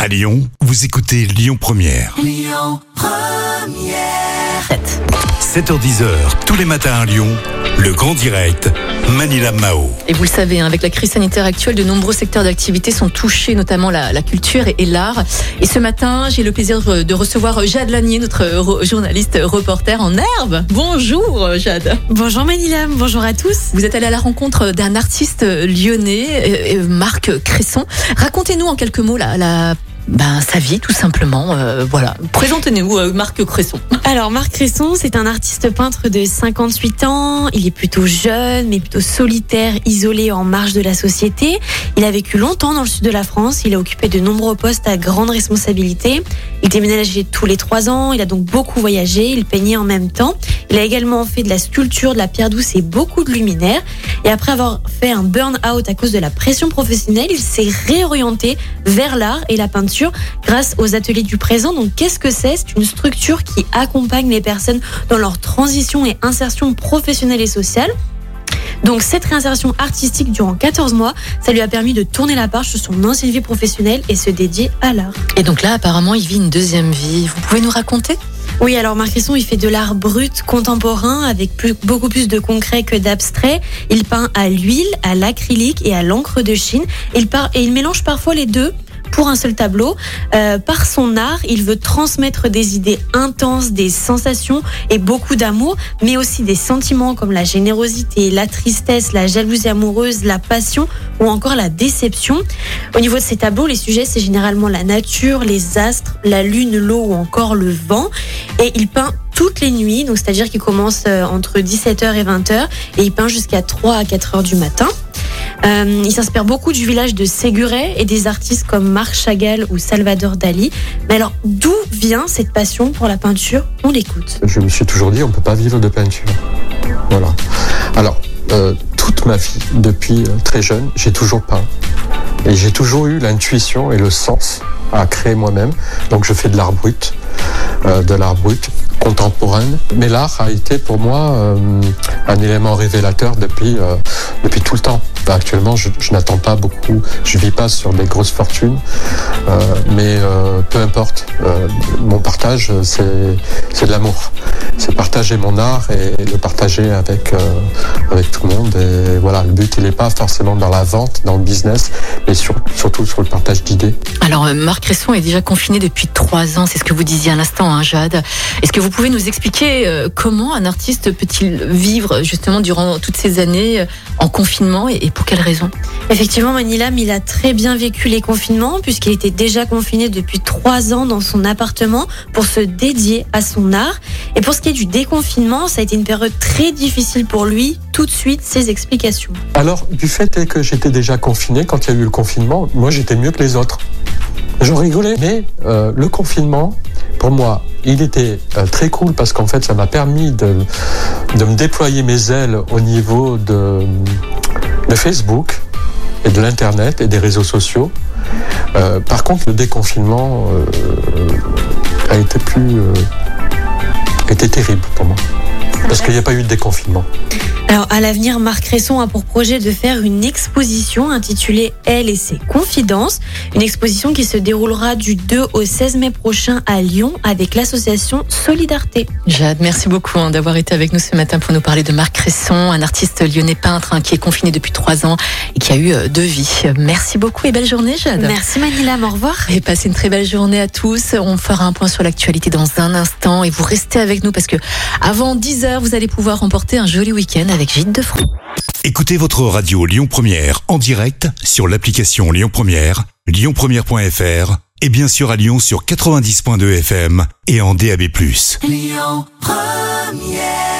À Lyon, vous écoutez Lyon Première. Lyon Première. 7h10, tous les matins à Lyon, le grand direct, Manila Mao. Et vous le savez, avec la crise sanitaire actuelle, de nombreux secteurs d'activité sont touchés, notamment la culture et l'art. Et ce matin, j'ai le plaisir de recevoir Jade Lanier, notre journaliste reporter en herbe. Bonjour Jade. Bonjour Manila, bonjour à tous. Vous êtes allée à la rencontre d'un artiste lyonnais, Marc Cresson. Racontez-nous en quelques mots sa vie, tout simplement. Voilà. Présentez-nous Marc Cresson. Alors, Marc Cresson, c'est un artiste peintre de 58 ans. Il est plutôt jeune, mais plutôt solitaire, isolé, en marge de la société. Il a vécu longtemps dans le sud de la France. Il a occupé de nombreux postes à grande responsabilité. Il déménageait tous les 3 ans. Il a donc beaucoup voyagé. Il peignait en même temps. Il a également fait de la sculpture, de la pierre douce et beaucoup de luminaires. Et après avoir fait un burn-out à cause de la pression professionnelle, il s'est réorienté vers l'art et la peinture grâce aux ateliers du présent. Donc, qu'est-ce que c'est ? C'est une structure qui accompagne les personnes dans leur transition et insertion professionnelle et sociale. Donc, cette réinsertion artistique durant 14 mois, ça lui a permis de tourner la page sur son ancienne vie professionnelle et se dédier à l'art. Et donc là, apparemment, il vit une deuxième vie. Vous pouvez nous raconter ? Oui, alors Marc Cresson, il fait de l'art brut contemporain avec beaucoup plus de concret que d'abstrait. Il peint à l'huile, à l'acrylique et à l'encre de Chine. Et il mélange parfois les deux pour un seul tableau. Par son art, il veut transmettre des idées intenses, des sensations et beaucoup d'amour, mais aussi des sentiments comme la générosité, la tristesse, la jalousie amoureuse, la passion ou encore la déception. Au niveau de ces tableaux, les sujets, c'est généralement la nature, les astres, la lune, l'eau ou encore le vent. Et il peint toutes les nuits, donc c'est-à-dire qu'il commence entre 17h et 20h et il peint jusqu'à 3 à 4h du matin. Il s'inspire beaucoup du village de Séguret et des artistes comme Marc Chagall ou Salvador Dali. Mais alors, d'où vient cette passion pour la peinture ? On l'écoute. Je me suis toujours dit, on ne peut pas vivre de peinture. Voilà. Alors, toute ma vie, depuis très jeune, j'ai toujours peint. Et j'ai toujours eu l'intuition et le sens à créer moi-même. Donc, je fais de l'art brut contemporain. Mais l'art a été pour moi un élément révélateur depuis tout le temps. Actuellement, je n'attends pas beaucoup, je vis pas sur des grosses fortunes, mais peu importe. Mon partage, c'est de l'amour. C'est partager mon art et le partager avec tout le monde. Et voilà, le but, il n'est pas forcément dans la vente, dans le business, mais surtout sur le partage d'idées. Alors, Marc Cresson est déjà confiné depuis 3 ans, c'est ce que vous disiez à l'instant, hein, Jade. Est-ce que vous pouvez nous expliquer comment un artiste peut-il vivre justement durant toutes ces années en confinement et pour quelles raisons ? Effectivement, Manilam, il a très bien vécu les confinements puisqu'il était déjà confiné depuis 3 ans dans son appartement pour se dédier à son art. Et pour ce qui est du déconfinement, ça a été une période très difficile pour lui. Tout de suite, ses explications. Alors, du fait que j'étais déjà confiné, quand il y a eu le confinement, moi j'étais mieux que les autres. J'en rigolais, mais le confinement, pour moi, il était très cool parce qu'en fait, ça m'a permis de me déployer mes ailes au niveau de Facebook et de l'Internet et des réseaux sociaux. Par contre, le déconfinement a été terrible pour moi. Parce qu'il n'y a pas eu de déconfinement. Alors, à l'avenir, Marc Cresson a pour projet de faire une exposition intitulée « Elle et ses confidences ». Une exposition qui se déroulera du 2 au 16 mai prochain à Lyon avec l'association Solidarité. Jade, merci beaucoup d'avoir été avec nous ce matin pour nous parler de Marc Cresson, un artiste lyonnais peintre qui est confiné depuis 3 ans et qui a eu 2 vies. Merci beaucoup et belle journée, Jade. Merci Manilam, au revoir. Et passez une très belle journée à tous. On fera un point sur l'actualité dans un instant et vous restez avec nous parce que avant 10h, vous allez pouvoir remporter un joli week-end avec Gîtes de France. Écoutez votre radio Lyon Première en direct sur l'application Lyon Première, lyonpremière.fr et bien sûr à Lyon sur 90.2 FM et en DAB+. Lyon Première.